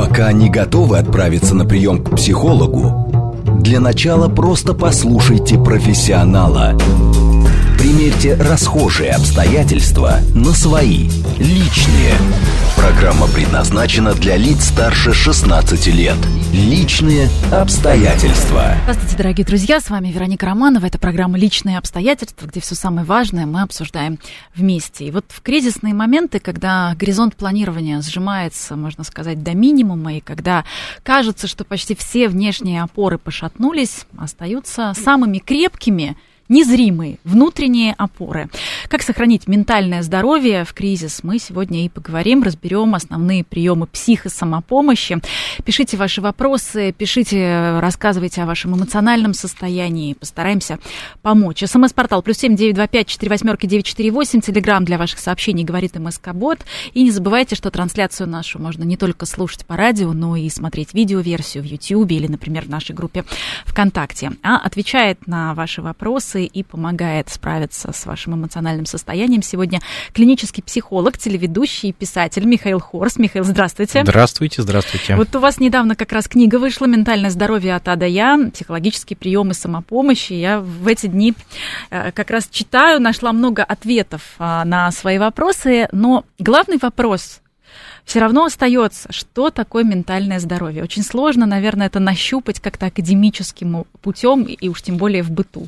Пока не готовы отправиться на прием к психологу, для начала просто послушайте профессионала. Примерьте расхожие обстоятельства на свои, личные. Программа предназначена для лиц старше 16 лет. Личные обстоятельства. Здравствуйте, дорогие друзья, с вами Вероника Романова. Это программа «Личные обстоятельства», где все самое важное мы обсуждаем вместе. И вот в кризисные моменты, когда горизонт планирования сжимается, можно сказать, до минимума, и когда кажется, что почти все внешние опоры пошатнулись, остаются самыми крепкими незримые внутренние опоры. Как сохранить ментальное здоровье в кризис, мы сегодня и поговорим, разберем основные приемы психосамопомощи. Пишите ваши вопросы, пишите, рассказывайте о вашем эмоциональном состоянии, постараемся помочь. СМС-портал +7 925 48 948, телеграм для ваших сообщений говорит МСК-бот. И не забывайте, что трансляцию нашу можно не только слушать по радио, но и смотреть видеоверсию в Ютьюбе или, например, в нашей группе ВКонтакте. А отвечает на ваши вопросы и помогает справиться с вашим эмоциональным состоянием сегодня клинический психолог, телеведущий и писатель Михаил Хорс. Михаил, здравствуйте. Здравствуйте, здравствуйте. Вот у вас недавно как раз книга вышла «Ментальное здоровье от А до Я. Психологические приемы самопомощи». Я в эти дни как раз читаю, нашла много ответов на свои вопросы, но главный вопрос все равно остается, что такое ментальное здоровье. Очень сложно, наверное, это нащупать как-то академическим путем, и уж тем более в быту.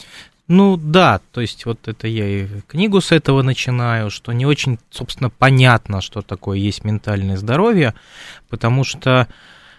Ну да, то есть вот это я и книгу с этого начинаю, что не очень, собственно, понятно, что такое есть ментальное здоровье, потому что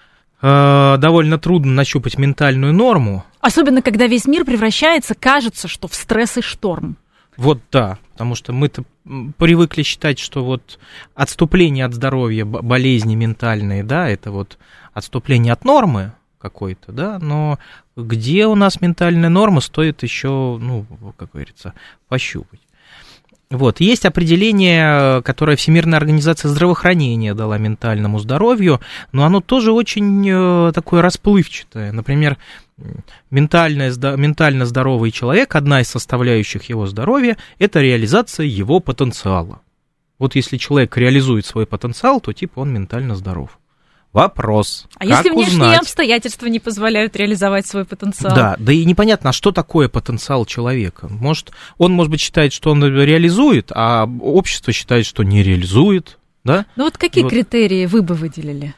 довольно трудно нащупать ментальную норму. Особенно, когда весь мир превращается, кажется, что в стресс и шторм. Вот да, потому что мы-то привыкли считать, что вот отступление от здоровья, болезни ментальные, да, это вот отступление от нормы какой-то, да, но где у нас ментальная норма, стоит еще, ну, как говорится, пощупать. Вот, есть определение, которое Всемирная организация здравоохранения дала ментальному здоровью, но оно тоже очень такое расплывчатое. Например, ментально здоровый человек, одна из составляющих его здоровья, это реализация его потенциала. Вот если человек реализует свой потенциал, то типа он ментально здоров. Вопрос. А если внешние обстоятельства не позволяют реализовать свой потенциал? Да, да и непонятно, а что такое потенциал человека. Он, может быть, считает, что он реализует, а общество считает, что не реализует. Да? Ну вот какие критерии вы бы выделили?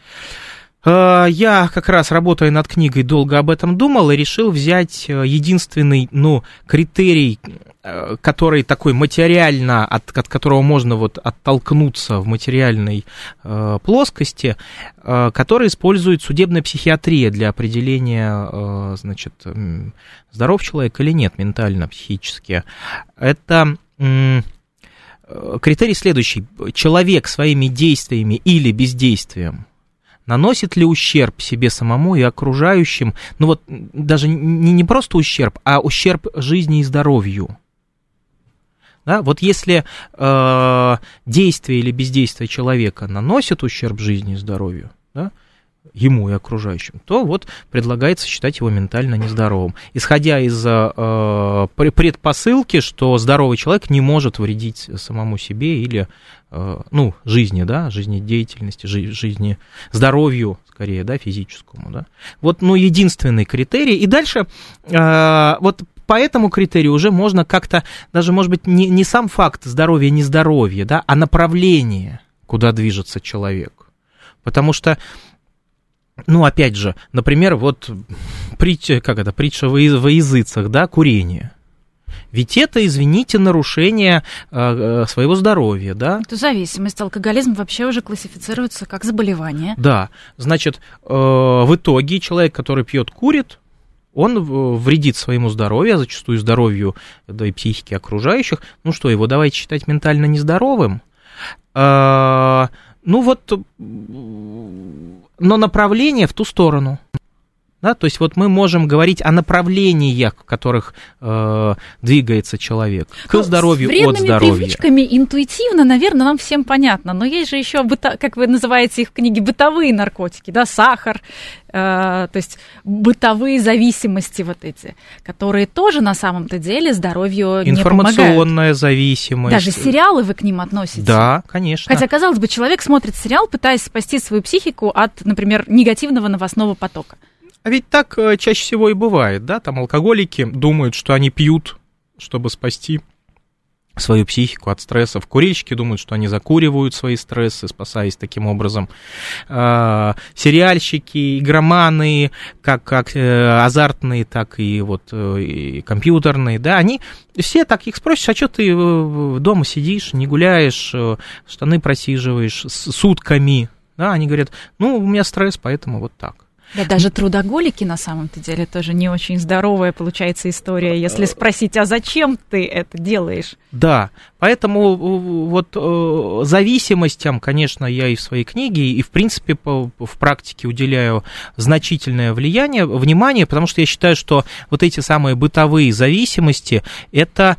Я как раз, работая над книгой, долго об этом думал и решил взять единственный, критерий, который такой материально, от которого можно вот оттолкнуться в материальной плоскости, который использует судебная психиатрия для определения, значит, здоров человек или нет ментально, психически. Это критерий следующий. Человек своими действиями или бездействием наносит ли ущерб себе самому и окружающим, даже не просто ущерб, а ущерб жизни и здоровью. Да? Вот если действие или бездействие человека наносит ущерб жизни и здоровью, да, ему и окружающим, то вот предлагается считать его ментально нездоровым, исходя из предпосылки, что здоровый человек не может вредить самому себе или жизни, да, жизнедеятельности, жизни, здоровью, скорее, да, физическому, да. Вот, единственный критерий. И дальше вот по этому критерию уже можно как-то, даже, может быть, не сам факт здоровья-нездоровья, да, а направление, куда движется человек. Потому что, опять же, например, вот притча во языцах, да, курение. Ведь это, извините, нарушение своего здоровья, да? Это зависимость. Алкоголизм вообще уже классифицируется как заболевание. Да, значит, в итоге человек, который пьет, курит, он вредит своему здоровью, а зачастую здоровью, да и психике окружающих. Его давайте считать ментально нездоровым? Но направление в ту сторону. Да, то есть вот мы можем говорить о направлениях, в которых двигается человек, к здоровью, от здоровья. С вредными привычками интуитивно, наверное, нам всем понятно, но есть же еще, как вы называете их в книге, бытовые наркотики, да, сахар, то есть бытовые зависимости вот эти, которые тоже на самом-то деле здоровью не помогают. Информационная зависимость. Даже сериалы вы к ним относите. Да, конечно. Хотя, казалось бы, человек смотрит сериал, пытаясь спасти свою психику от, например, негативного новостного потока. А ведь так чаще всего и бывает, да, там алкоголики думают, что они пьют, чтобы спасти свою психику от стрессов. Курильщики думают, что они закуривают свои стрессы, спасаясь таким образом. Сериальщики, игроманы, как азартные, так и вот и компьютерные, да, они все так их спросишь, а что ты дома сидишь, не гуляешь, штаны просиживаешь сутками, да, они говорят, ну, у меня стресс, поэтому вот так. Да, даже трудоголики на самом-то деле тоже не очень здоровая получается история, если спросить, а зачем ты это делаешь? Да, поэтому вот зависимостям, конечно, я и в своей книге, и в принципе в практике уделяю значительное внимание, потому что я считаю, что вот эти самые бытовые зависимости, это,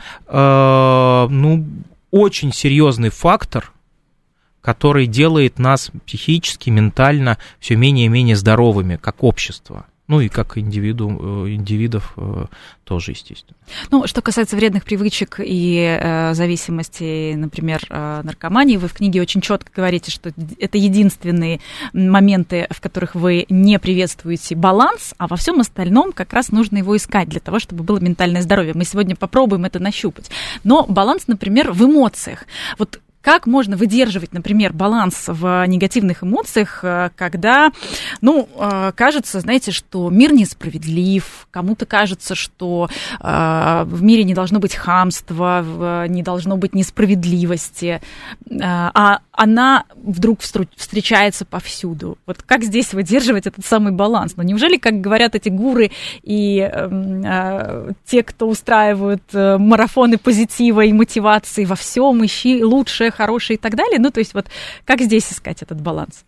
очень серьезный фактор, который делает нас психически, ментально все менее и менее здоровыми, как общество. Ну и как индивидов тоже, естественно. Ну, что касается вредных привычек и зависимости, например, наркомании, вы в книге очень четко говорите, что это единственные моменты, в которых вы не приветствуете баланс, а во всем остальном как раз нужно его искать для того, чтобы было ментальное здоровье. Мы сегодня попробуем это нащупать. Но баланс, например, в эмоциях. Вот как можно выдерживать, например, баланс в негативных эмоциях, когда, кажется, знаете, что мир несправедлив, кому-то кажется, что в мире не должно быть хамства, не должно быть несправедливости, а она вдруг встречается повсюду. Вот как здесь выдерживать этот самый баланс? Но неужели, как говорят эти гуры и те, кто устраивают марафоны позитива и мотивации, во всем ищи лучшее, хорошее и так далее. Ну, то есть вот как здесь искать этот баланс?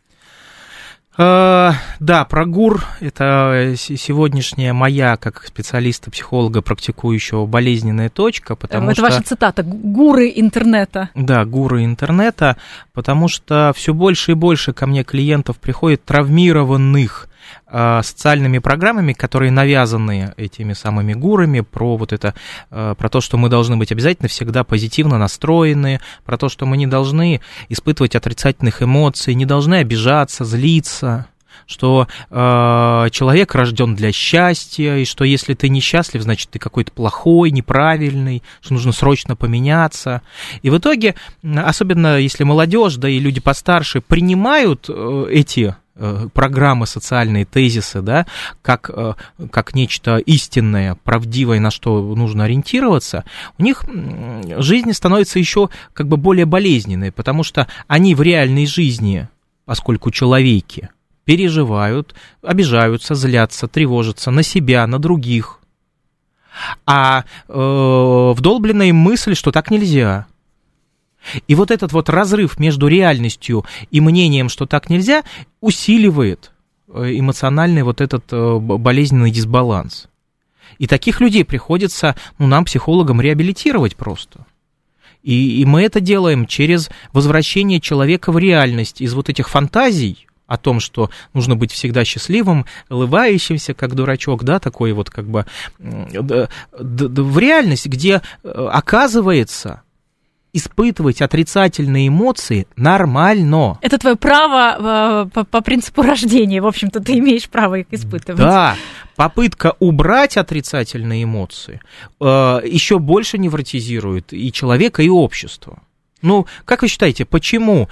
Да, про ГУР, это сегодняшняя моя, как специалиста-психолога, практикующего, болезненная точка, потому это что... ваша цитата, гуры интернета. Да, гуры интернета, потому что все больше и больше ко мне клиентов приходит травмированных социальными программами, которые навязаны этими самыми гурами, про вот это, про то, что мы должны быть обязательно всегда позитивно настроены, про то, что мы не должны испытывать отрицательных эмоций, не должны обижаться, злиться, что человек рожден для счастья, и что если ты несчастлив, значит, ты какой-то плохой, неправильный, что нужно срочно поменяться. И в итоге, особенно если молодежь, да и люди постарше принимают эти программы, социальные тезисы, да, как нечто истинное, правдивое, на что нужно ориентироваться, у них жизнь становится еще как бы более болезненной, потому что они в реальной жизни, поскольку человеки, переживают, обижаются, злятся, тревожатся на себя, на других, а вдолблена им мысль, что так нельзя. И вот этот вот разрыв между реальностью и мнением, что так нельзя, усиливает эмоциональный вот этот болезненный дисбаланс. И таких людей приходится, нам, психологам, реабилитировать просто. И мы это делаем через возвращение человека в реальность из вот этих фантазий о том, что нужно быть всегда счастливым, улыбающимся, как дурачок, да, такой вот как бы в реальность, где оказывается... испытывать отрицательные эмоции нормально. Это твое право по принципу рождения, в общем-то, ты имеешь право их испытывать. Да, попытка убрать отрицательные эмоции еще больше невротизирует и человека, и общество. Ну, как вы считаете, почему...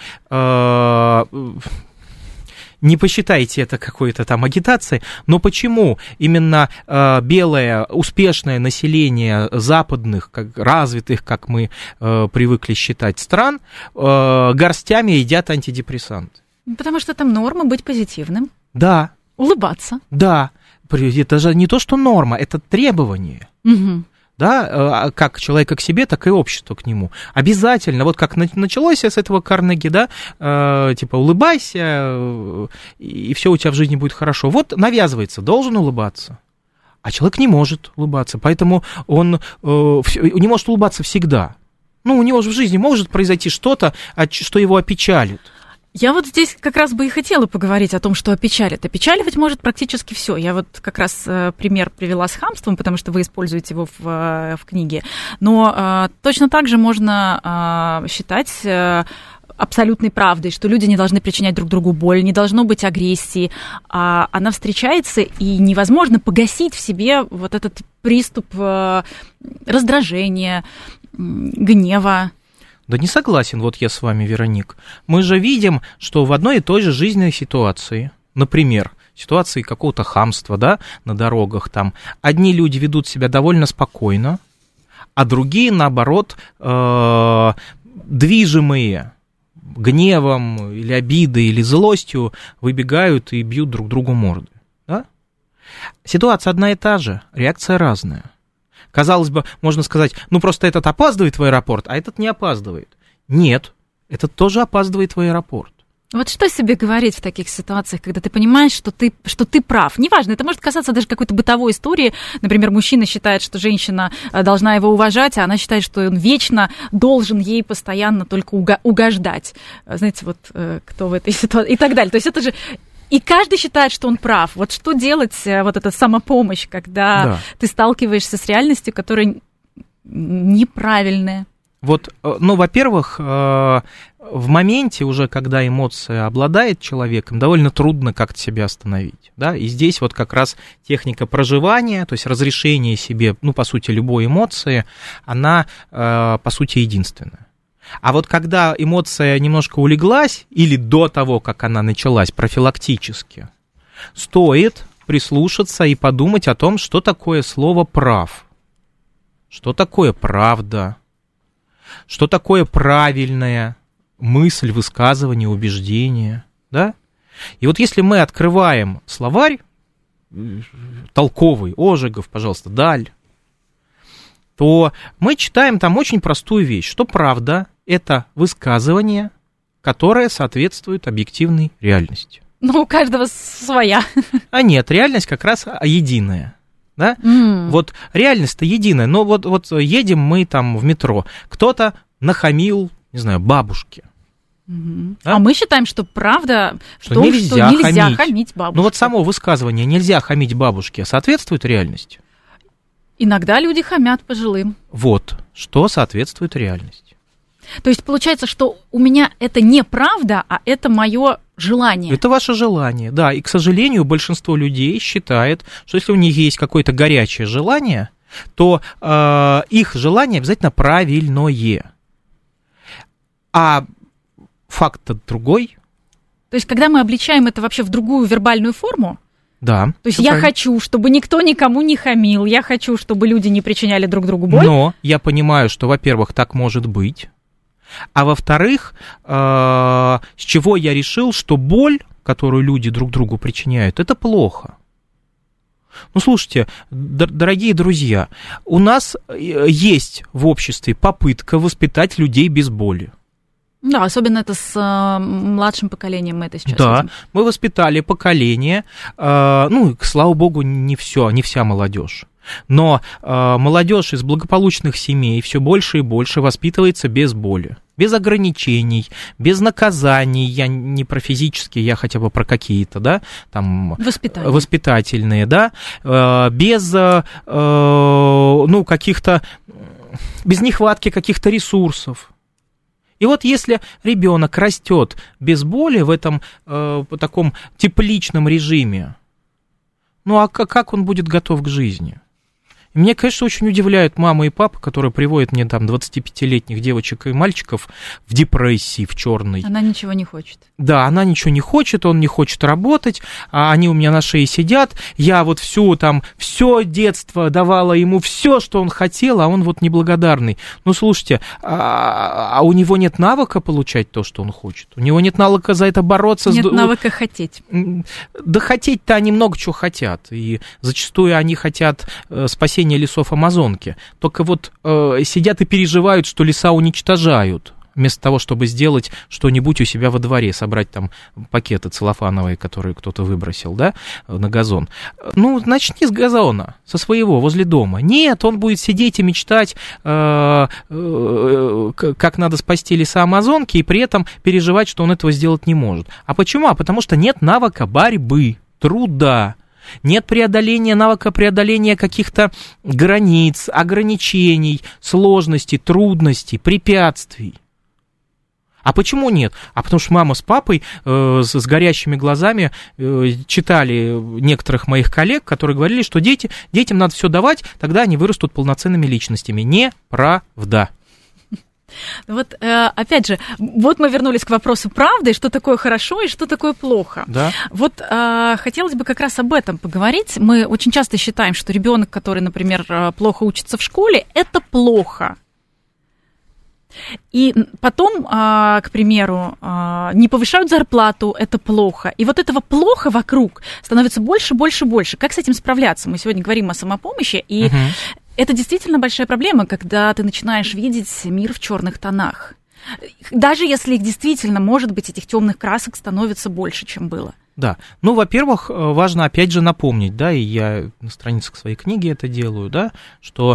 Не посчитайте это какой-то там агитацией, но почему именно белое, успешное население западных, как, развитых, как мы привыкли считать, стран, горстями едят антидепрессанты? Потому что там норма быть позитивным. Да. Улыбаться. Да. Это же не то, что норма, это требование. Угу. да, как человека к себе, так и общество к нему. Обязательно, вот как началось с этого Карнеги, да, типа улыбайся, и все у тебя в жизни будет хорошо. Вот навязывается, должен улыбаться, а человек не может улыбаться, поэтому он не может улыбаться всегда. Ну, у него же в жизни может произойти что-то, что его опечалит. Я вот здесь как раз бы и хотела поговорить о том, что опечалит. Опечаливать может практически все. Я вот как раз пример привела с хамством, потому что вы используете его в книге. Но точно так же можно считать абсолютной правдой, что люди не должны причинять друг другу боль, не должно быть агрессии. Она встречается, и невозможно погасить в себе вот этот приступ раздражения, гнева. Да не согласен вот я с вами, Вероник. Мы же видим, что в одной и той же жизненной ситуации, например, ситуации какого-то хамства, да, на дорогах там, одни люди ведут себя довольно спокойно, а другие, наоборот, движимые гневом или обидой или злостью выбегают и бьют друг другу морды. Да? Ситуация одна и та же, реакция разная. Казалось бы, можно сказать, ну просто этот опаздывает в аэропорт, а этот не опаздывает. Нет, этот тоже опаздывает в аэропорт. Вот что себе говорить в таких ситуациях, когда ты понимаешь, что ты прав? Неважно, это может касаться даже какой-то бытовой истории. Например, мужчина считает, что женщина должна его уважать, а она считает, что он вечно должен ей постоянно только угождать. Знаете, вот кто в этой ситуации и так далее. То есть это же... И каждый считает, что он прав. Вот что делать, вот эта самопомощь, когда ты сталкиваешься с реальностью, которая неправильная? Вот, ну, во-первых, в моменте уже, когда эмоция обладает человеком, довольно трудно как-то себя остановить, да, и здесь вот как раз техника проживания, то есть разрешение себе, ну, по сути, любой эмоции, она, по сути, единственная. А вот когда эмоция немножко улеглась, или до того, как она началась, профилактически, стоит прислушаться и подумать о том, что такое слово «прав», что такое правда, что такое правильная мысль, высказывание, убеждение, да? И вот если мы открываем словарь толковый, Ожегов, пожалуйста, Даль, то мы читаем там очень простую вещь, что правда – это высказывание, которое соответствует объективной реальности. Ну, у каждого своя. А нет, реальность как раз единая. Да? Вот реальность-то единая. Но вот едем мы там в метро, кто-то нахамил, не знаю, бабушке. Да? А мы считаем, что правда что в том, нельзя хамить бабушке. Ну вот само высказывание «нельзя хамить бабушке» соответствует реальности? Иногда люди хамят пожилым. Вот, что соответствует реальности. То есть получается, что у меня это не правда, а это мое желание. Это ваше желание, да. И, к сожалению, большинство людей считает, что если у них есть какое-то горячее желание, то их желание обязательно правильное. А факт-то другой. То есть когда мы обличаем это вообще в другую вербальную форму, да. То есть я хочу, чтобы никто никому не хамил, я хочу, чтобы люди не причиняли друг другу боль. Но я понимаю, что, во-первых, так может быть, а во-вторых, с чего я решил, что боль, которую люди друг другу причиняют, это плохо. Ну, слушайте, дорогие друзья, у нас есть в обществе попытка воспитать людей без боли. Да, особенно это с младшим поколением мы это сейчас видим. Да, видим. Мы воспитали поколение, ну, слава богу, не вся молодежь. Но молодежь из благополучных семей все больше и больше воспитывается без боли, без ограничений, без наказаний. Я не про физические, я хотя бы про какие-то, да, там воспитательные, да, без, ну, каких-то, без нехватки каких-то ресурсов. И вот если ребенок растет без боли в этом таком тепличном режиме, ну а как он будет готов к жизни? И меня, конечно, очень удивляют мама и папа, которые приводят мне там 25-летних девочек и мальчиков в депрессии, в черной. Она ничего не хочет. Да, она ничего не хочет, он не хочет работать, а они у меня на шее сидят. Я вот все детство давала ему все, что он хотел, а он вот неблагодарный. Ну, слушайте, а у него нет навыка получать то, что он хочет? У него нет навыка за это бороться? Нет навыка хотеть. Да хотеть-то они много чего хотят, и зачастую они хотят спасения спасения лесов Амазонки. Только вот сидят и переживают, что леса уничтожают, вместо того, чтобы сделать что-нибудь у себя во дворе, собрать там пакеты целлофановые, которые кто-то выбросил, да, на газон. Ну, начни с газона, со своего, возле дома. Нет, он будет сидеть и мечтать, как надо спасти леса Амазонки, и при этом переживать, что он этого сделать не может. А почему? А потому что нет навыка борьбы, труда. Нет навыка преодоления каких-то границ, ограничений, сложностей, трудностей, препятствий. А почему нет? А потому что мама с папой с горящими глазами читали некоторых моих коллег, которые говорили, что детям надо все давать, тогда они вырастут полноценными личностями. Неправда. Вот, опять же, вот мы вернулись к вопросу правды, что такое хорошо и что такое плохо. Да. Вот хотелось бы как раз об этом поговорить. Мы очень часто считаем, что ребенок, который, например, плохо учится в школе, это плохо. И потом, к примеру, не повышают зарплату, это плохо. И вот этого плохо вокруг становится больше, больше, больше. Как с этим справляться? Мы сегодня говорим о самопомощи, и это действительно большая проблема, когда ты начинаешь видеть мир в черных тонах. Даже если их действительно, может быть, этих темных красок становится больше, чем было. Да, ну, во-первых, важно опять же напомнить, да, и я на страницах своей книги это делаю, да, что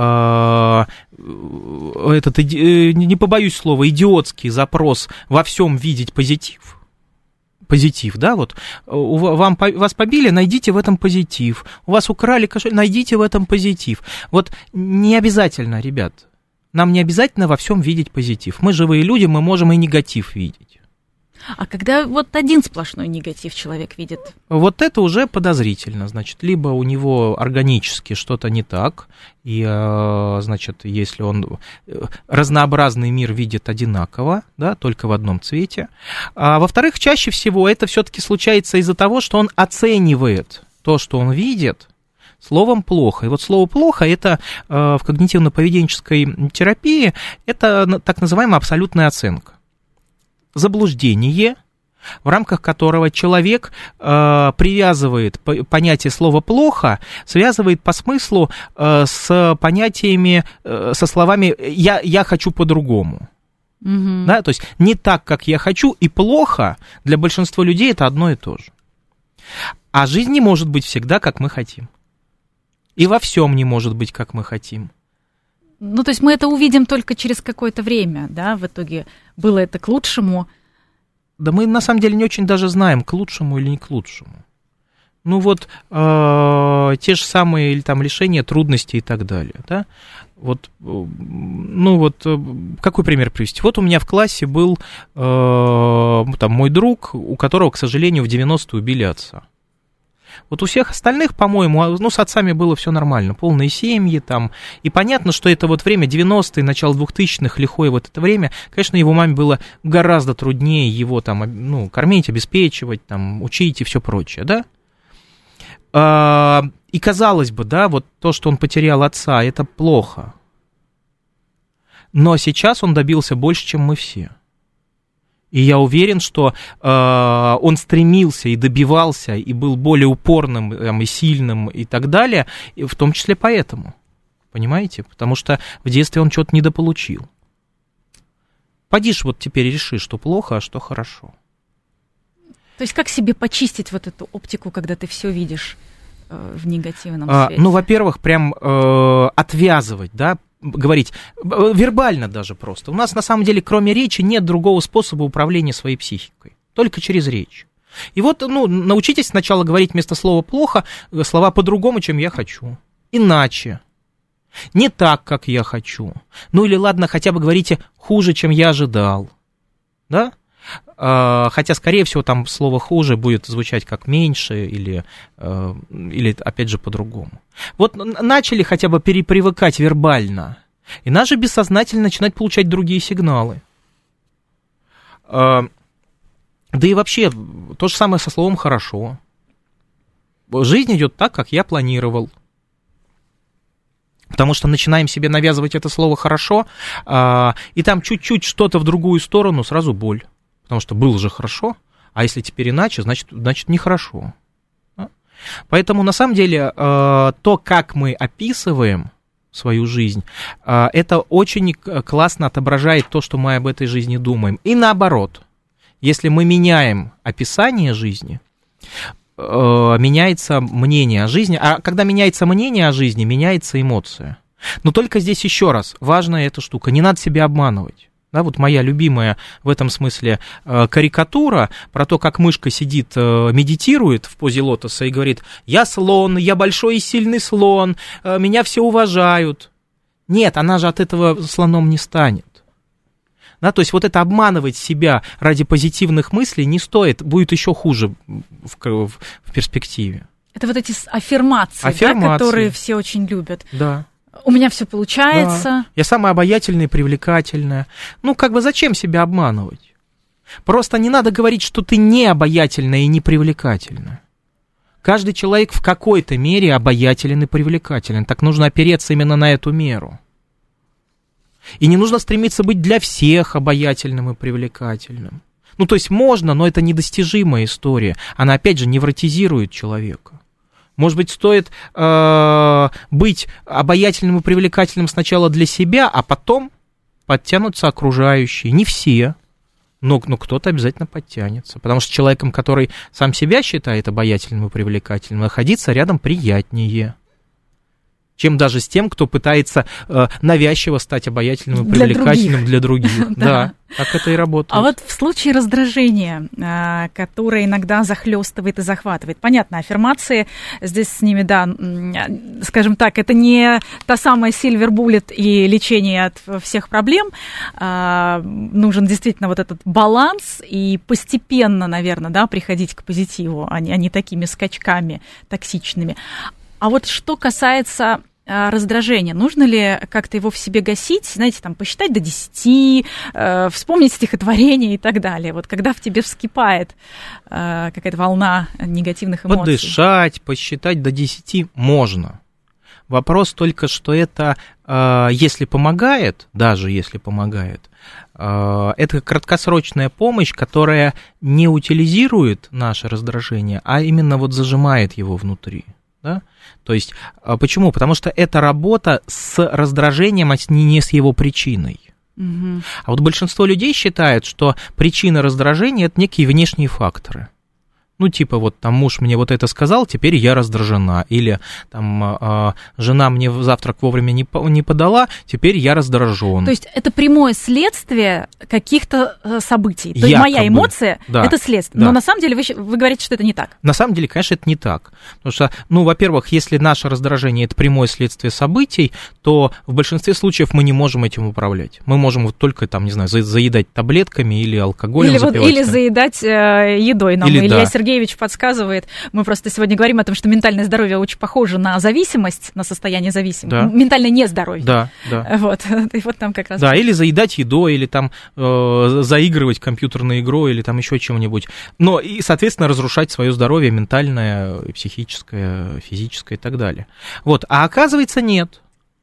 этот, не побоюсь слова, идиотский запрос во всем видеть позитив, да, вот, вас побили, найдите в этом позитив, у вас украли кошелек, найдите в этом позитив. Вот не обязательно, ребят, нам не обязательно во всем видеть позитив. Мы живые люди, мы можем и негатив видеть. А когда вот один сплошной негатив человек видит? Вот это уже подозрительно, значит, либо у него органически что-то не так, и, значит, если он разнообразный мир видит одинаково, да, только в одном цвете. А во-вторых, чаще всего это все-таки случается из-за того, что он оценивает то, что он видит, словом «плохо». И вот слово «плохо» это в когнитивно-поведенческой терапии это так называемая абсолютная оценка. Заблуждение, в рамках которого человек привязывает понятие слова «плохо», связывает по смыслу с понятиями, со словами «я хочу по-другому». Да, то есть не так, как я хочу, и плохо для большинства людей это одно и то же. А жизнь не может быть всегда, как мы хотим. И во всем не может быть, как мы хотим. Ну, то есть мы это увидим только через какое-то время, да, в итоге было это к лучшему. Да мы на самом деле не очень даже знаем, к лучшему или не к лучшему. Ну вот те же самые или там лишения, трудности и так далее, да. Вот, ну вот, какой пример привести? Вот у меня в классе был там мой друг, у которого, к сожалению, в 90-е убили отца. Вот у всех остальных, по-моему, ну, с отцами было все нормально, полные семьи там, и понятно, что это вот время 90-е, начало 2000-х, лихое вот это время, конечно, его маме было гораздо труднее его там, ну, кормить, обеспечивать, там, учить и все прочее, да? И казалось бы, да, вот то, что он потерял отца, это плохо, но сейчас он добился больше, чем мы все. И я уверен, что он стремился и добивался, и был более упорным и сильным и так далее, и в том числе поэтому, понимаете? Потому что в детстве он что-то недополучил. Поди ж вот теперь реши, что плохо, а что хорошо. То есть как себе почистить вот эту оптику, когда ты все видишь в негативном свете? Ну, во-первых, прям отвязывать, да, говорить, вербально даже просто. У нас, на самом деле, кроме речи, нет другого способа управления своей психикой. Только через речь. И вот, ну, научитесь сначала говорить вместо слова «плохо» слова по-другому, чем я хочу. Иначе. Не так, как я хочу. Ну, или, ладно, хотя бы говорите «хуже, чем я ожидал». Да? Хотя, скорее всего, там слово «хуже» будет звучать как «меньше» или опять же, по-другому. Вот начали хотя бы перепривыкать вербально, и нас же бессознательно начинать получать другие сигналы. Да и вообще, то же самое со словом «хорошо». Жизнь идет так, как я планировал. Потому что начинаем себе навязывать это слово «хорошо», и там чуть-чуть что-то в другую сторону, сразу боль. Потому что было же хорошо, а если теперь иначе, значит нехорошо. Поэтому, на самом деле, то, как мы описываем свою жизнь, это очень классно отображает то, что мы об этой жизни думаем. И наоборот, если мы меняем описание жизни, меняется мнение о жизни, а когда меняется мнение о жизни, меняется эмоция. Но только здесь еще раз, важная эта штука, не надо себя обманывать. Да, вот моя любимая в этом смысле карикатура про то, как мышка сидит, медитирует в позе лотоса и говорит: я слон, я большой и сильный слон, меня все уважают. Нет, она же от этого слоном не станет. Да, то есть вот это обманывать себя ради позитивных мыслей не стоит, будет еще хуже в перспективе. Это вот эти аффирмации, да, которые все очень любят. Да. У меня все получается. Да. Я самая обаятельная и привлекательная. Ну, как бы зачем себя обманывать? Просто не надо говорить, что ты не обаятельная и не привлекательная. Каждый человек в какой-то мере обаятелен и привлекателен. Так нужно опереться именно на эту меру. И не нужно стремиться быть для всех обаятельным и привлекательным. Ну, то есть можно, но это недостижимая история. Она, опять же, невротизирует человека. Может быть, стоит быть обаятельным и привлекательным сначала для себя, а потом подтянутся окружающие. Не все, но кто-то обязательно подтянется. Потому что с человеком, который сам себя считает обаятельным и привлекательным, находиться рядом приятнее, чем даже с тем, кто пытается навязчиво стать обаятельным и привлекательным для других. Да, так это и работает. А вот в случае раздражения, которое иногда захлестывает и захватывает, понятно, аффирмации, здесь с ними, да, скажем так, это не та самая silver bullet и лечение от всех проблем. Нужен действительно вот этот баланс и постепенно, наверное, да, приходить к позитиву, а не такими скачками токсичными. А вот что касается раздражения, нужно ли как-то его в себе гасить, знаете, там, посчитать до 10, вспомнить стихотворение и так далее. Вот когда в тебе вскипает какая-то волна негативных эмоций. Подышать, посчитать до 10 можно. Вопрос только, что это, если помогает, даже если помогает, это краткосрочная помощь, которая не утилизирует наше раздражение, а именно вот зажимает его внутри. Да? То есть, почему? Потому что это работа с раздражением, а не с его причиной. Угу. А вот большинство людей считают, что причина раздражения – это некие внешние факторы. Ну, типа, вот там муж мне вот это сказал, теперь я раздражена. Или там жена мне завтрак вовремя не подала, теперь я раздражен. То есть это прямое следствие каких-то событий. То есть моя эмоция – это следствие. Да. Но на самом деле вы говорите, что это не так. На самом деле, конечно, это не так. Потому что, ну, во-первых, если наше раздражение – это прямое следствие событий, то в большинстве случаев мы не можем этим управлять. Мы можем вот только, там, не знаю, заедать таблетками или алкоголем запивать. Или заедать едой нам. Или Сергеевич подсказывает, мы просто сегодня говорим о том, что ментальное здоровье очень похоже на зависимость, на состояние зависимости, да. Ментальное нездоровье. Да, да. Вот, и вот там как раз... Да, или заедать едой, или там заигрывать компьютерной игрой, или там еще чем-нибудь. Но и, соответственно, разрушать свое здоровье ментальное, психическое, физическое и так далее. Вот, а оказывается, нет.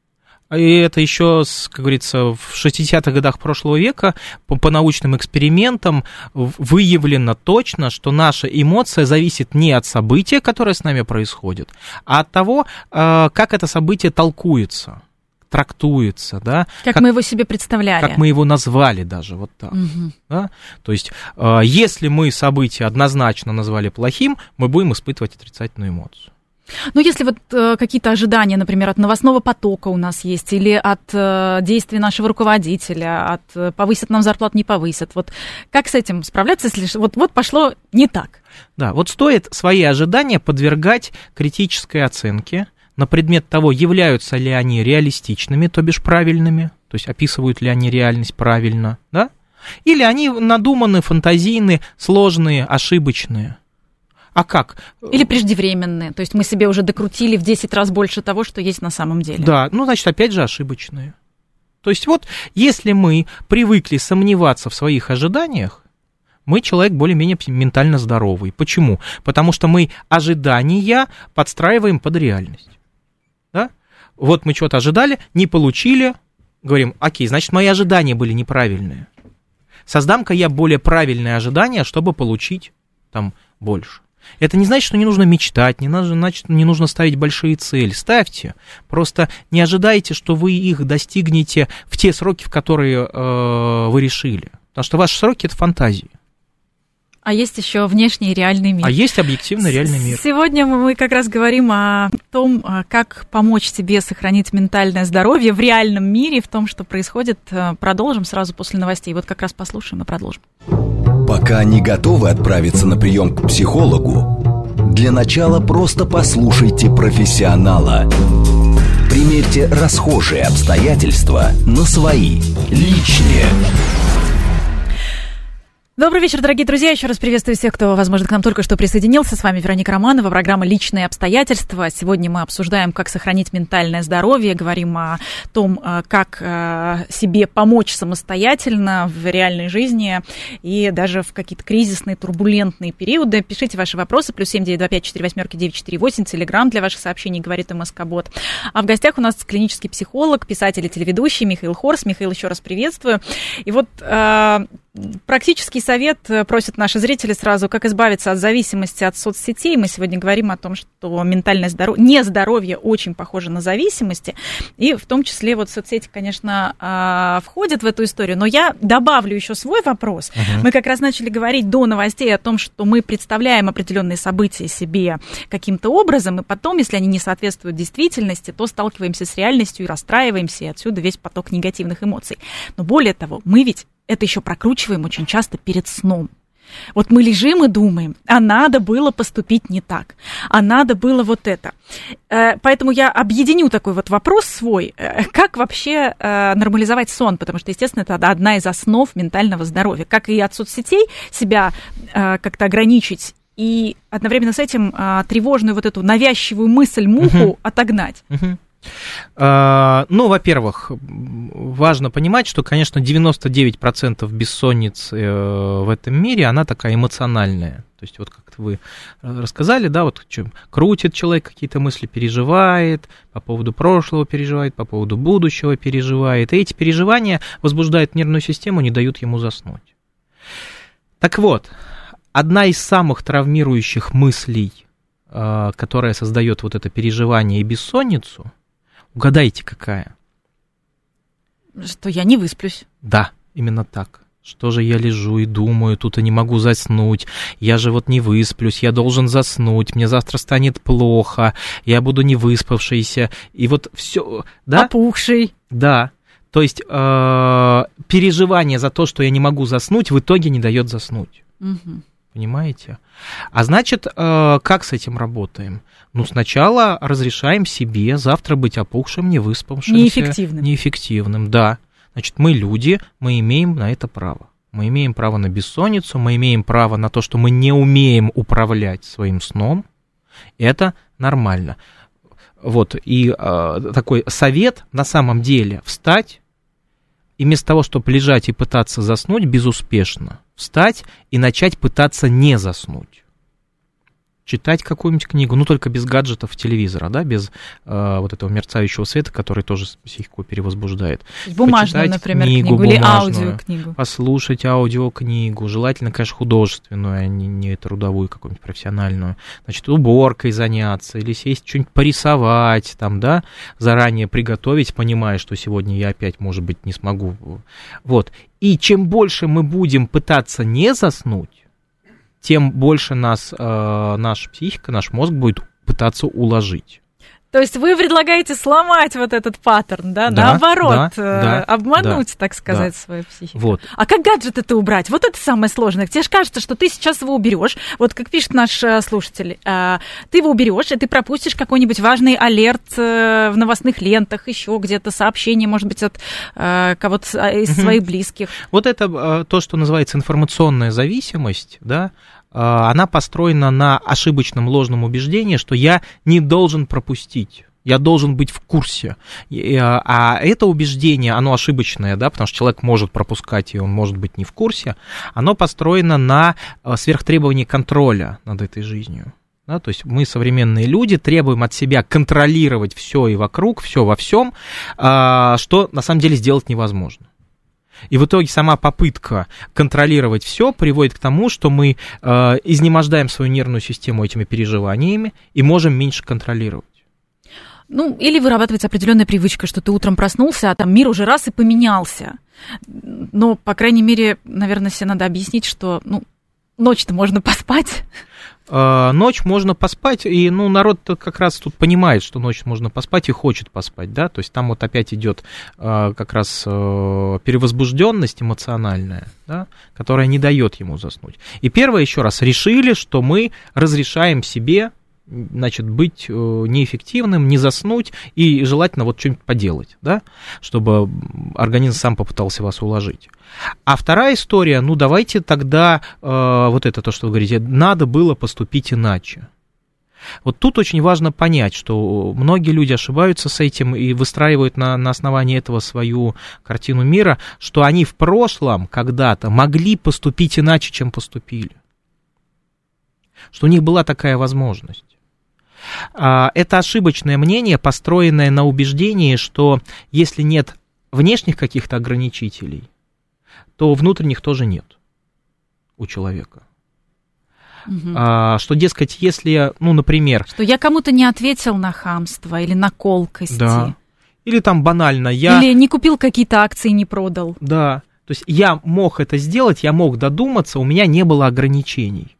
И это еще, как говорится, в 60-х годах прошлого века по научным экспериментам выявлено точно, что наша эмоция зависит не от события, которое с нами происходит, а от того, как это событие толкуется, трактуется, да? Как мы его себе представляли. Как мы его назвали даже, вот так. Угу. Да? То есть, если мы событие однозначно назвали плохим, мы будем испытывать отрицательную эмоцию. Ну, если вот какие-то ожидания, например, от новостного потока у нас есть, или от действий нашего руководителя, от повысят нам зарплату, не повысят, вот как с этим справляться, если вот пошло не так? Да, вот стоит свои ожидания подвергать критической оценке на предмет того, являются ли они реалистичными, то бишь правильными, то есть описывают ли они реальность правильно, да? Или они надуманы, фантазийны, сложные, ошибочные. А как? Или преждевременные, то есть мы себе уже докрутили в 10 раз больше того, что есть на самом деле. Да, ну, значит, опять же, ошибочные. То есть вот, если мы привыкли сомневаться в своих ожиданиях, мы человек более-менее ментально здоровый. Почему? Потому что мы ожидания подстраиваем под реальность. Да? Вот мы что-то ожидали, не получили, говорим, окей, значит, мои ожидания были неправильные. Создам-ка я более правильные ожидания, чтобы получить там больше. Это не значит, что не нужно мечтать, не нужно ставить большие цели. Ставьте, просто не ожидайте, что вы их достигнете в те сроки, в которые вы решили. Потому что ваши сроки – это фантазии. А есть еще внешний реальный мир. А есть объективный реальный мир. Сегодня мы как раз говорим о том, как помочь себе сохранить ментальное здоровье в реальном мире, в том, что происходит. Продолжим сразу после новостей. Вот как раз послушаем и продолжим. Пока не готовы отправиться на прием к психологу, для начала просто послушайте профессионала. Примерьте расхожие обстоятельства на свои, личные. Добрый вечер, дорогие друзья. Еще раз приветствую всех, кто, возможно, к нам только что присоединился. С вами Вероника Романова, программа «Личные обстоятельства». Сегодня мы обсуждаем, как сохранить ментальное здоровье, говорим о том, как себе помочь самостоятельно в реальной жизни и даже в какие-то кризисные, турбулентные периоды. Пишите ваши вопросы, +7 925 48 948, телеграм для ваших сообщений, говорит МСК-бот. А в гостях у нас клинический психолог, писатель и телеведущий Михаил Хорс. Михаил, еще раз приветствую. И вот практический совет просят наши зрители сразу, как избавиться от зависимости от соцсетей. Мы сегодня говорим о том, что ментальное здоровье, нездоровье очень похоже на зависимости, и в том числе вот соцсети, конечно, входят в эту историю. Но я добавлю еще свой вопрос. Мы как раз начали говорить до новостей о том, что мы представляем определенные события себе каким-то образом, и потом, если они не соответствуют действительности, то сталкиваемся с реальностью и расстраиваемся, и отсюда весь поток негативных эмоций. Но более того, мы ведь это еще прокручиваем очень часто перед сном. Вот мы лежим и думаем, а надо было поступить не так, а надо было вот это. Поэтому я объединю такой вот вопрос свой, как вообще нормализовать сон, потому что, естественно, это одна из основ ментального здоровья. Как и от соцсетей себя как-то ограничить и одновременно с этим тревожную вот эту навязчивую мысль, муху отогнать. Ну, во-первых, важно понимать, что, конечно, 99% бессонниц в этом мире, она такая эмоциональная. То есть, вот как вы рассказали, да, вот крутит человек какие-то мысли, переживает, по поводу прошлого переживает, по поводу будущего переживает. И эти переживания возбуждают нервную систему, не дают ему заснуть. Так вот, одна из самых травмирующих мыслей, которая создает вот это переживание и бессонницу, угадайте, какая? Что я не высплюсь. Да, именно так. Что же я лежу и думаю, тут и не могу заснуть, я же вот не высплюсь, я должен заснуть, мне завтра станет плохо, я буду не выспавшийся, и вот все, да? Опухший. Да, то есть переживание за то, что я не могу заснуть, в итоге не дает заснуть. Угу. Понимаете? А значит, как с этим работаем? Ну, сначала разрешаем себе завтра быть опухшим, не выспавшимся. Неэффективным. Неэффективным, да. Значит, мы люди, мы имеем на это право. Мы имеем право на бессонницу, мы имеем право на то, что мы не умеем управлять своим сном. Это нормально. Вот, и такой совет на самом деле встать, и вместо того, чтобы лежать и пытаться заснуть безуспешно, встать и начать пытаться не заснуть. Читать какую-нибудь книгу, ну, только без гаджетов телевизора, да, без вот этого мерцающего света, который тоже психику перевозбуждает. Бумажную, например, книгу или аудиокнигу. Послушать аудиокнигу, желательно, конечно, художественную, а не трудовую какую-нибудь профессиональную. Значит, уборкой заняться или сесть, что-нибудь порисовать, там, да, заранее приготовить, понимая, что сегодня я опять, может быть, не смогу. Вот. И чем больше мы будем пытаться не заснуть, тем больше нас, наша психика, наш мозг будет пытаться уложить. То есть вы предлагаете сломать вот этот паттерн, да, наоборот, обмануть, так сказать, свою психику. Вот. А как гаджеты-то убрать? Вот это самое сложное. Тебе же кажется, что ты сейчас его уберешь. Вот как пишет наш слушатель, ты его уберешь, и ты пропустишь какой-нибудь важный алерт в новостных лентах, еще где-то сообщение, может быть, от кого-то из своих близких. Вот это то, что называется информационная зависимость, да, она построена на ошибочном ложном убеждении, что я не должен пропустить, я должен быть в курсе. А это убеждение, оно ошибочное, да, потому что человек может пропускать, и он может быть не в курсе, оно построено на сверхтребовании контроля над этой жизнью. Да, то есть мы, современные люди, требуем от себя контролировать все и вокруг, все во всем, что на самом деле сделать невозможно. И в итоге сама попытка контролировать все приводит к тому, что мы изнемождаем свою нервную систему этими переживаниями и можем меньше контролировать. Ну, или вырабатывается определенная привычка, что ты утром проснулся, а там мир уже раз и поменялся. Но, по крайней мере, наверное, себе надо объяснить, что, ночь-то можно поспать. Ночь можно поспать, и, народ как раз тут понимает, что ночь можно поспать и хочет поспать, да, то есть там вот опять идет как раз перевозбужденность эмоциональная, да, которая не дает ему заснуть. И первое, еще раз, решили, что мы разрешаем себе, значит, быть неэффективным, не заснуть и желательно вот что-нибудь поделать, да, чтобы организм сам попытался вас уложить. А вторая история, давайте тогда, вот это то, что вы говорите, надо было поступить иначе. Вот тут очень важно понять, что многие люди ошибаются с этим и выстраивают на основании этого свою картину мира, что они в прошлом когда-то могли поступить иначе, чем поступили. Что у них была такая возможность. Это ошибочное мнение, построенное на убеждении, что если нет внешних каких-то ограничителей, то внутренних тоже нет у человека. Угу. Что, дескать, если, например... Что я кому-то не ответил на хамство или на колкости. Да. Или там банально Или не купил какие-то акции, не продал. Да. То есть я мог это сделать, я мог додуматься, у меня не было ограничений.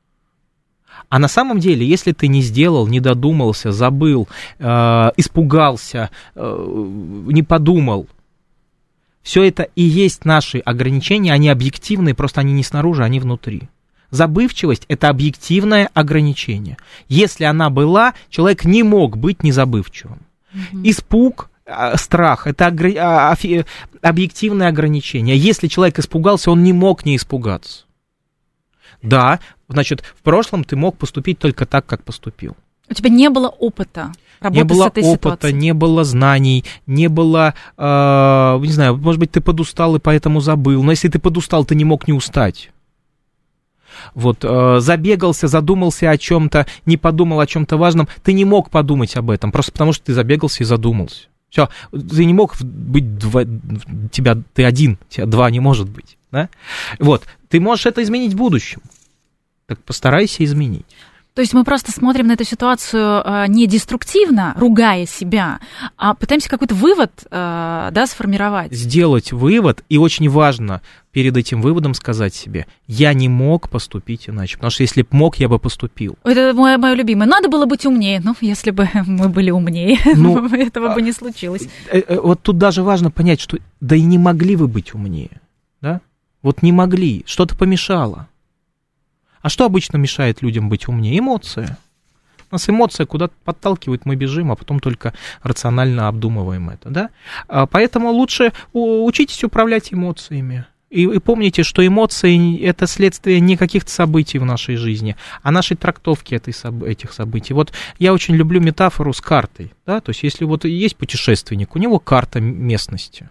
А на самом деле, если ты не сделал, не додумался, забыл, испугался, не подумал, все это и есть наши ограничения, они объективные, просто они не снаружи, они внутри. Забывчивость – это объективное ограничение. Если она была, человек не мог быть незабывчивым. Испуг, страх – это объективное ограничение. Если человек испугался, он не мог не испугаться. Да, значит, в прошлом ты мог поступить только так, как поступил. У тебя не было опыта работы с этой ситуацией? Не было опыта, не было знаний, не было, не знаю, может быть, ты подустал и поэтому забыл. Но если ты подустал, ты не мог не устать. Вот, забегался, задумался о чем-то, не подумал о чем-то важном, ты не мог подумать об этом, просто потому что ты забегался и задумался. Все, ты не мог быть ты один, тебя два не может быть. Да? Вот, ты можешь это изменить в будущем. Так постарайся изменить. То есть мы просто смотрим на эту ситуацию не деструктивно, ругая себя, а пытаемся какой-то вывод сформировать. Сделать вывод, и очень важно перед этим выводом сказать себе, я не мог поступить иначе, потому что если бы мог, я бы поступил. Это мое любимое. Надо было быть умнее. Если бы мы были умнее, этого бы не случилось. Вот тут даже важно понять, что да и не могли вы быть умнее. Да? Вот не могли, что-то помешало. А что обычно мешает людям быть умнее? Эмоция. Нас эмоция куда-то подталкивает, мы бежим, а потом только рационально обдумываем это. Да? Поэтому лучше учитесь управлять эмоциями. И помните, что эмоции – это следствие не каких-то событий в нашей жизни, а нашей трактовки этих событий. Вот я очень люблю метафору с картой. Да? То есть если вот есть путешественник, у него карта местности.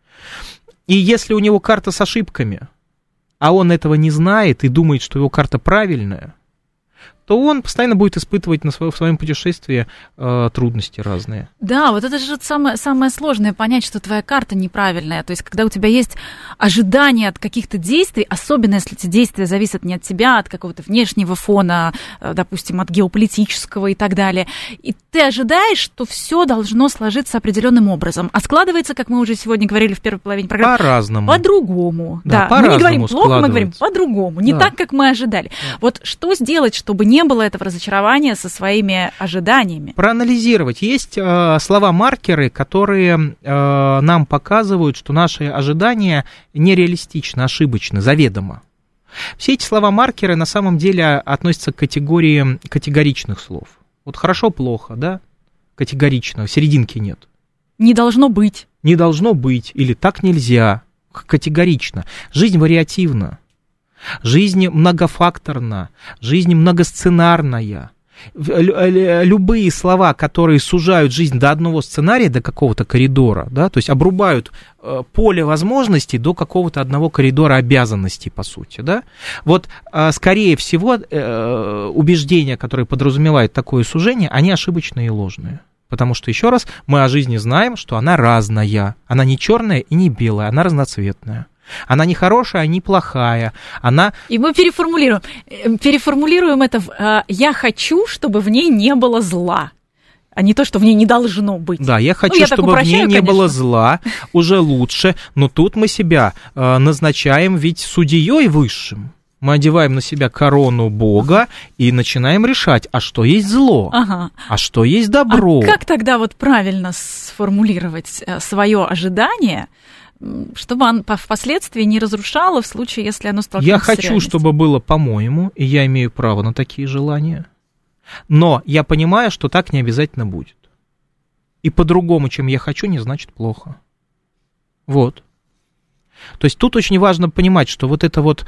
И если у него карта с ошибками, а он этого не знает и думает, что его карта правильная, то он постоянно будет испытывать в своем путешествии трудности разные. Да, вот это же самое сложное, понять, что твоя карта неправильная. То есть, когда у тебя есть ожидания от каких-то действий, особенно если эти действия зависят не от тебя, а от какого-то внешнего фона, допустим, от геополитического и так далее, и ты ожидаешь, что все должно сложиться определенным образом. А складывается, как мы уже сегодня говорили в первой половине программы, по-разному. По-другому. Да, мы не говорим плохо, мы говорим по-другому, не так, как мы ожидали. Да. Вот что сделать, чтобы не было этого разочарования со своими ожиданиями? Проанализировать. Есть слова-маркеры, которые нам показывают, что наши ожидания нереалистичны, ошибочны, заведомо. Все эти слова-маркеры на самом деле относятся к категории категоричных слов. Вот хорошо-плохо, да? Категорично, серединки нет. Не должно быть. Не должно быть, или так нельзя. Категорично. Жизнь вариативна. Жизнь многофакторна, жизнь многосценарная. Любые слова, которые сужают жизнь до одного сценария, до какого-то коридора, да, то есть обрубают поле возможностей до какого-то одного коридора обязанностей, по сути, да, вот, скорее всего, убеждения, которые подразумевают такое сужение, они ошибочные и ложные. Потому что, еще раз, мы о жизни знаем, что она разная. Она не черная и не белая, она разноцветная. Она не хорошая, а не плохая. Она... И мы переформулируем это в «я хочу, чтобы в ней не было зла». А не то, что в ней не должно быть. Да, я хочу, чтобы в ней не было зла, уже лучше. Но тут мы себя назначаем ведь судьей высшим. Мы одеваем на себя корону Бога и начинаем решать, а что есть зло, а что есть добро. А как тогда вот правильно сформулировать свое ожидание, чтобы оно впоследствии не разрушало в случае, если оно столкнется с реальностью? Я хочу, чтобы было по-моему, и я имею право на такие желания. Но я понимаю, что так не обязательно будет. И по-другому, чем я хочу, не значит плохо. Вот. То есть тут очень важно понимать, что вот эта вот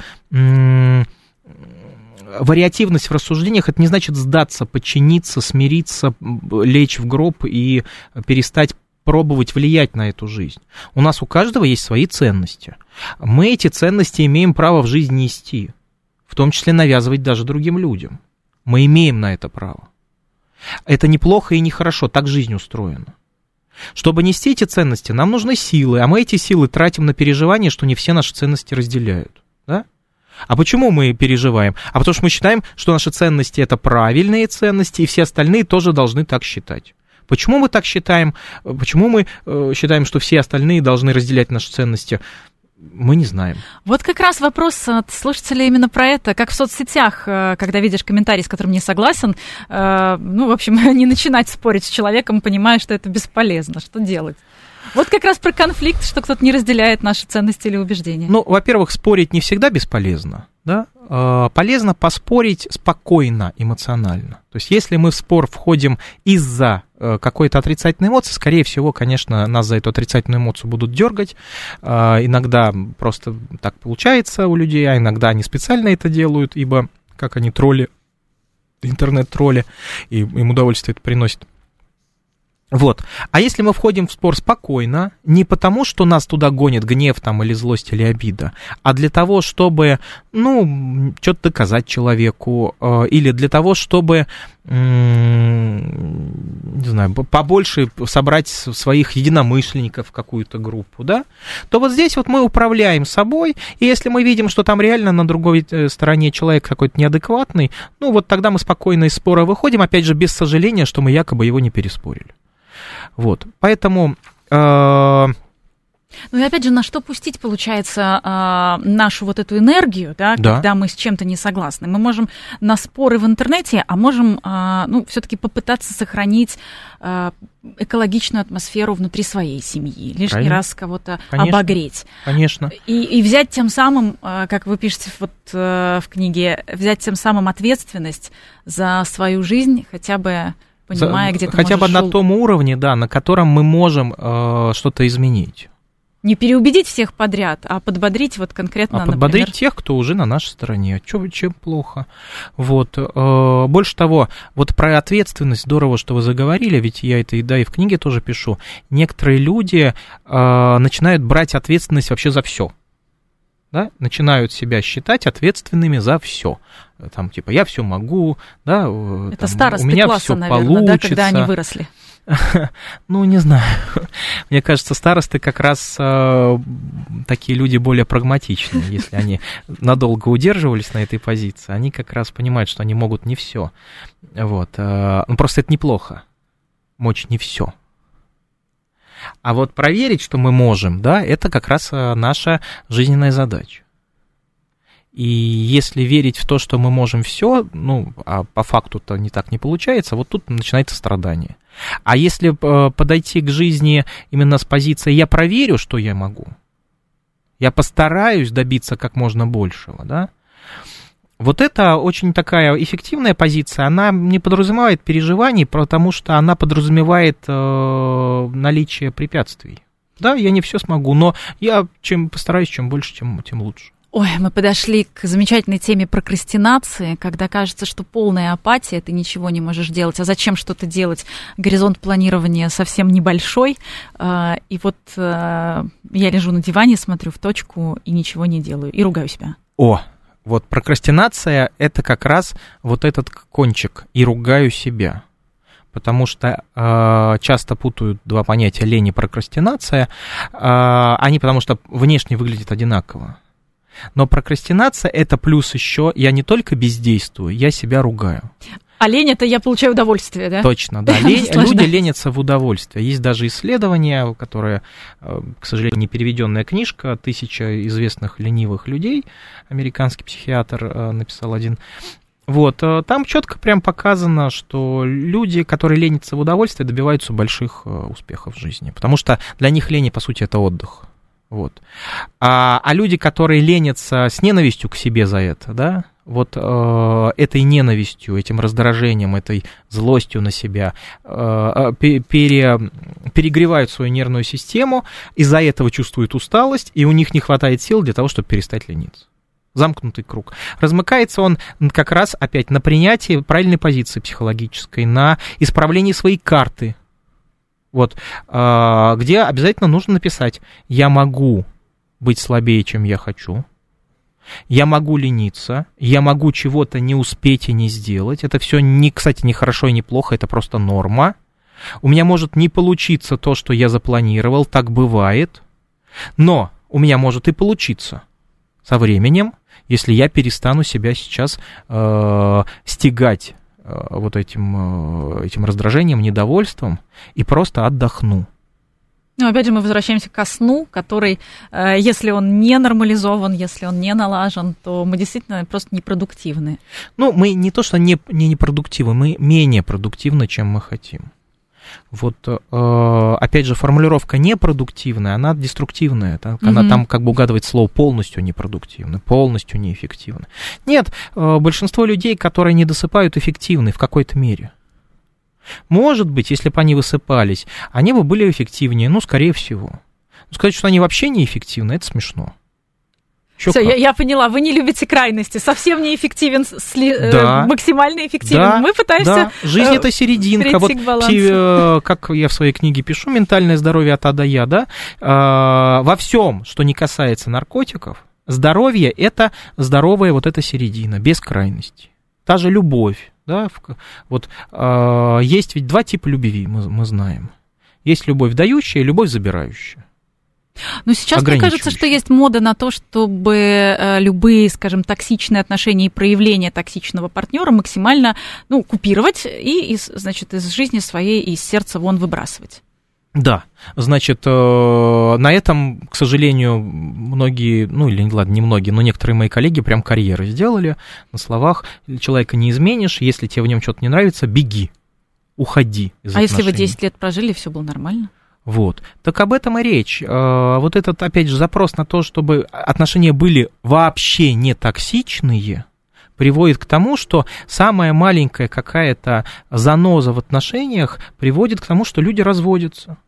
вариативность в рассуждениях, это не значит сдаться, подчиниться, смириться, лечь в гроб и перестать пробовать влиять на эту жизнь. У нас у каждого есть свои ценности. Мы эти ценности имеем право в жизнь нести, в том числе навязывать даже другим людям. Мы имеем на это право. Это неплохо и нехорошо, так жизнь устроена. Чтобы нести эти ценности, нам нужны силы, а мы эти силы тратим на переживание, что не все наши ценности разделяют. Да? А почему мы переживаем? А потому что мы считаем, что наши ценности – это правильные ценности, и все остальные тоже должны так считать. Почему мы так считаем? Почему мы считаем, что все остальные должны разделять наши ценности? Мы не знаем. Вот как раз вопрос от слушателей именно про это. Как в соцсетях, когда видишь комментарий, с которым не согласен, в общем, не начинать спорить с человеком, понимая, что это бесполезно. Что делать? Вот как раз про конфликт, что кто-то не разделяет наши ценности или убеждения. Ну, во-первых, спорить не всегда бесполезно, да? Полезно поспорить спокойно, эмоционально. То есть, если мы в спор входим из-за какой-то отрицательной эмоции, скорее всего, конечно, нас за эту отрицательную эмоцию будут дергать. Иногда просто так получается у людей, а иногда они специально это делают, ибо, как они, тролли, интернет-тролли, и им удовольствие это приносит. Вот. А если мы входим в спор спокойно, не потому, что нас туда гонит гнев там, или злость, или обида, а для того, чтобы, что-то доказать человеку, или для того, чтобы, не знаю, побольше собрать своих единомышленников в какую-то группу, да, то вот здесь вот мы управляем собой, и если мы видим, что там реально на другой стороне человек какой-то неадекватный, вот тогда мы спокойно из спора выходим, опять же, без сожаления, что мы якобы его не переспорили. Вот, поэтому... Ну и опять же, на что пустить, получается, нашу вот эту энергию, да, когда мы с чем-то не согласны? Мы можем на споры в интернете, а можем, все-таки попытаться сохранить экологичную атмосферу внутри своей семьи, лишний раз кого-то обогреть. Конечно. И взять тем самым, как вы пишете вот в книге, взять тем самым ответственность за свою жизнь, хотя бы... понимая, где ты хотя бы на том уровне, да, на котором мы можем что-то изменить. Не переубедить всех подряд, а подбодрить вот конкретно, подбодрить например... тех, кто уже на нашей стороне. Чем плохо? Вот. Больше того, вот про ответственность здорово, что вы заговорили, ведь я это и в книге тоже пишу. Некоторые люди начинают брать ответственность вообще за все. Да, начинают себя считать ответственными за все. Там, типа, я все могу, да, это там, старосты у меня класса, все наверное, получится. Да, когда они выросли. Не знаю. Мне кажется, старосты как раз такие люди более прагматичные. Если они надолго удерживались на этой позиции, они как раз понимают, что они могут не все. Вот. Просто это неплохо. Мочь не все. А вот проверить, что мы можем, да, это как раз наша жизненная задача. И если верить в то, что мы можем все, а по факту-то так не получается, вот тут начинается страдание. А если подойти к жизни именно с позиции «я проверю, что я могу», я постараюсь добиться как можно большего, да, вот это очень такая эффективная позиция, она не подразумевает переживаний, потому что она подразумевает наличие препятствий. Да, я не все смогу, но я постараюсь, чем больше, тем лучше. Ой, мы подошли к замечательной теме прокрастинации, когда кажется, что полная апатия, ты ничего не можешь делать. А зачем что-то делать? Горизонт планирования совсем небольшой. И вот я лежу на диване, смотрю в точку и ничего не делаю. И ругаю себя. Вот прокрастинация – это как раз вот этот кончик «и ругаю себя». потому что часто путают два понятия лень и прокрастинация. Они потому что внешне выглядят одинаково. Но прокрастинация – это плюс еще я не только бездействую, я себя ругаю. А лень – это я получаю удовольствие, да? Точно, да. Люди ленятся в удовольствие. Есть даже исследование, которое, к сожалению, не переведенная книжка, 1000 известных ленивых людей, американский психиатр написал один. Вот, там четко прям показано, что люди, которые ленятся в удовольствие, добиваются больших успехов в жизни, потому что для них лень, по сути, это отдых. Вот. А люди, которые ленятся с ненавистью к себе за это, да, вот этой ненавистью, этим раздражением, этой злостью на себя перегревают свою нервную систему, из-за этого чувствуют усталость, и у них не хватает сил для того, чтобы перестать лениться. Замкнутый круг. Размыкается он как раз опять на принятии правильной позиции психологической, на исправлении своей карты. Вот, где обязательно нужно написать: я могу быть слабее, чем я хочу, я могу лениться, я могу чего-то не успеть и не сделать. Это все, кстати, не хорошо и не плохо, это просто норма. У меня может не получиться то, что я запланировал, так бывает, но у меня может и получиться со временем, если я перестану себя сейчас стягать вот этим раздражением, недовольством и просто отдохну. Ну, опять же, мы возвращаемся ко сну, который, если он не нормализован, если он не налажен, то мы действительно просто непродуктивны. Ну, мы не то, что не непродуктивны, мы менее продуктивны, чем мы хотим. Вот, опять же, формулировка непродуктивная, она деструктивная. Так? Она там как бы угадывает слово полностью непродуктивно, полностью неэффективно. Нет, большинство людей, которые не досыпают, эффективны в какой-то мере. Может быть, если бы они высыпались, они бы были эффективнее, ну, скорее всего. Сказать, что они вообще неэффективны, это смешно. Все, я поняла, вы не любите крайности, совсем неэффективен, максимально эффективен. Да, мы пытаемся да. Жизнь это серединка. Вот, как я в своей книге пишу, «Ментальное здоровье от А до Я», да, во всем, что не касается наркотиков, здоровье это здоровая вот эта середина, без крайностей. Та же любовь, да, вот есть ведь два типа любви, мы знаем. Есть любовь дающая и любовь забирающая. Но сейчас мне кажется, что есть мода на то, чтобы любые, скажем, токсичные отношения и проявления токсичного партнера максимально, купировать и, значит, из жизни своей, из сердца вон выбрасывать. Да, значит, на этом, к сожалению, многие, не многие, но некоторые мои коллеги прям карьеры сделали на словах: человека не изменишь, если тебе в нем что-то не нравится, беги, уходи из отношений. Если вы 10 лет прожили, все было нормально? Вот, так об этом и речь. Вот этот, опять же, запрос на то, чтобы отношения были вообще не токсичные, приводит к тому, что самая маленькая какая-то заноза в отношениях приводит к тому, что люди разводятся.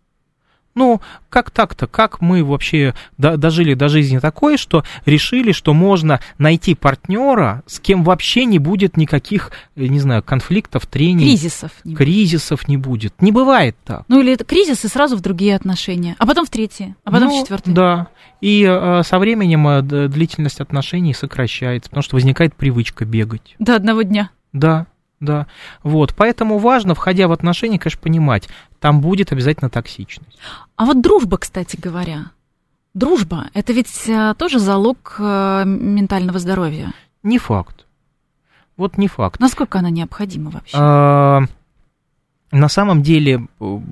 Ну, как так-то? Как мы вообще дожили до жизни такой, что решили, что можно найти партнера, с кем вообще не будет никаких, не знаю, конфликтов, трений. Кризисов не будет. Не бывает так. Ну, или это кризис и сразу в другие отношения, а потом в третьи, а потом в четвертые. Да. И со временем длительность отношений сокращается, потому что возникает привычка бегать. До одного дня. Да. Да, вот, поэтому важно, входя в отношения, конечно, понимать, там будет обязательно токсичность. А вот дружба, кстати говоря, дружба, это ведь тоже залог ментального здоровья? Не факт. Вот не факт. Насколько она необходима вообще? На самом деле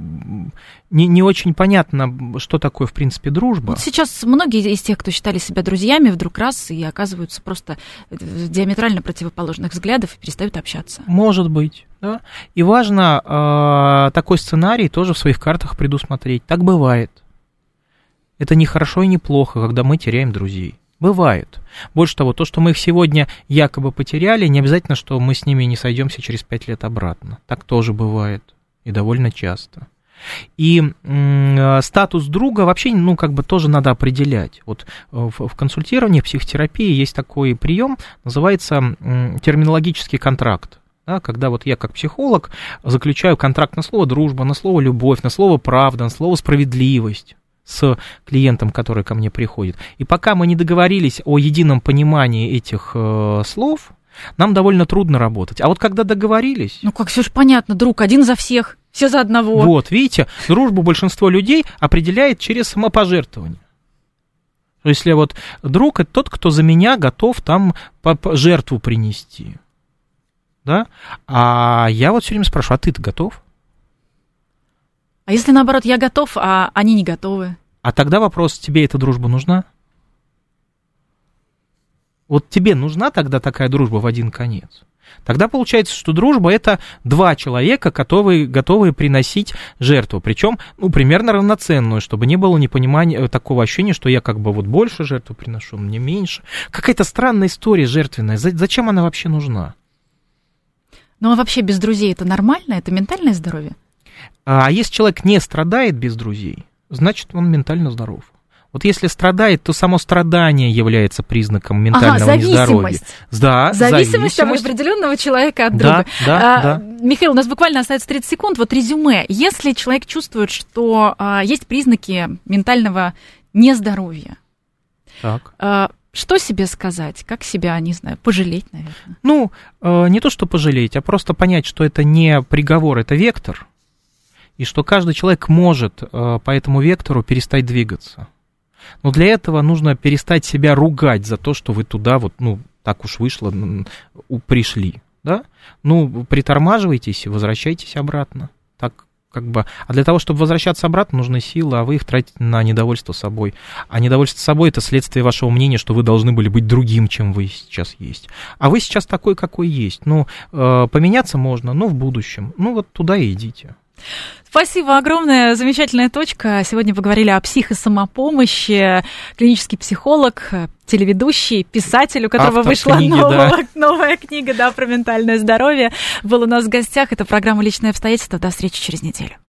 не очень понятно, что такое, в принципе, дружба. Вот сейчас многие из тех, кто считали себя друзьями, вдруг раз и оказываются просто диаметрально противоположных взглядов и перестают общаться. Может быть, да. И важно такой сценарий тоже в своих картах предусмотреть. Так бывает. Это не хорошо и не плохо, когда мы теряем друзей. Бывает. Больше того, то, что мы их сегодня якобы потеряли, не обязательно, что мы с ними не сойдемся через 5 лет обратно. Так тоже бывает. И довольно часто. И статус друга вообще, тоже надо определять. Вот в консультировании, в психотерапии есть такой прием, называется терминологический контракт. Да, когда вот я как психолог заключаю контракт на слово дружба, на слово любовь, на слово правда, на слово справедливость с клиентом, который ко мне приходит. И пока мы не договорились о едином понимании этих слов, нам довольно трудно работать. А вот когда договорились... Ну, как все же понятно, друг один за всех, все за одного. Вот, видите, дружбу большинство людей определяет через самопожертвование. Если вот друг — это тот, кто за меня готов там жертву принести. Да? А я вот все время спрашиваю, а ты-то готов? А если, наоборот, я готов, а они не готовы? А тогда вопрос, тебе эта дружба нужна? Вот тебе нужна тогда такая дружба в один конец? Тогда получается, что дружба — это два человека, готовые приносить жертву. Причем, примерно равноценную, чтобы не было непонимания, такого ощущения, что я как бы вот больше жертву приношу, мне меньше. Какая-то странная история жертвенная. Зачем она вообще нужна? Ну, а вообще без друзей это нормально? Это ментальное здоровье? А если человек не страдает без друзей, значит, он ментально здоров. Вот если страдает, то само страдание является признаком ментального нездоровья. Да, зависимость определенного человека от друга. Да. Михаил, у нас буквально остается 30 секунд. Вот резюме. Если человек чувствует, что есть признаки ментального нездоровья, так. Что себе сказать? Как себя, не знаю, пожалеть, наверное? Не то, что пожалеть, а просто понять, что это не приговор, это вектор, и что каждый человек может по этому вектору перестать двигаться. Но для этого нужно перестать себя ругать за то, что вы туда так уж вышло, пришли, да? Притормаживайтесь и возвращайтесь обратно. Так как бы. А для того, чтобы возвращаться обратно, нужны силы, а вы их тратите на недовольство собой. А недовольство собой — это следствие вашего мнения, что вы должны были быть другим, чем вы сейчас есть. А вы сейчас такой, какой есть. Поменяться можно, но в будущем. Вот туда и идите. Спасибо огромное, замечательная точка. Сегодня поговорили о психосамопомощи. Клинический психолог, телеведущий, писатель, у которого вышла новая книга про ментальное здоровье, был у нас в гостях. Это программа «Личные обстоятельства». До встречи через неделю.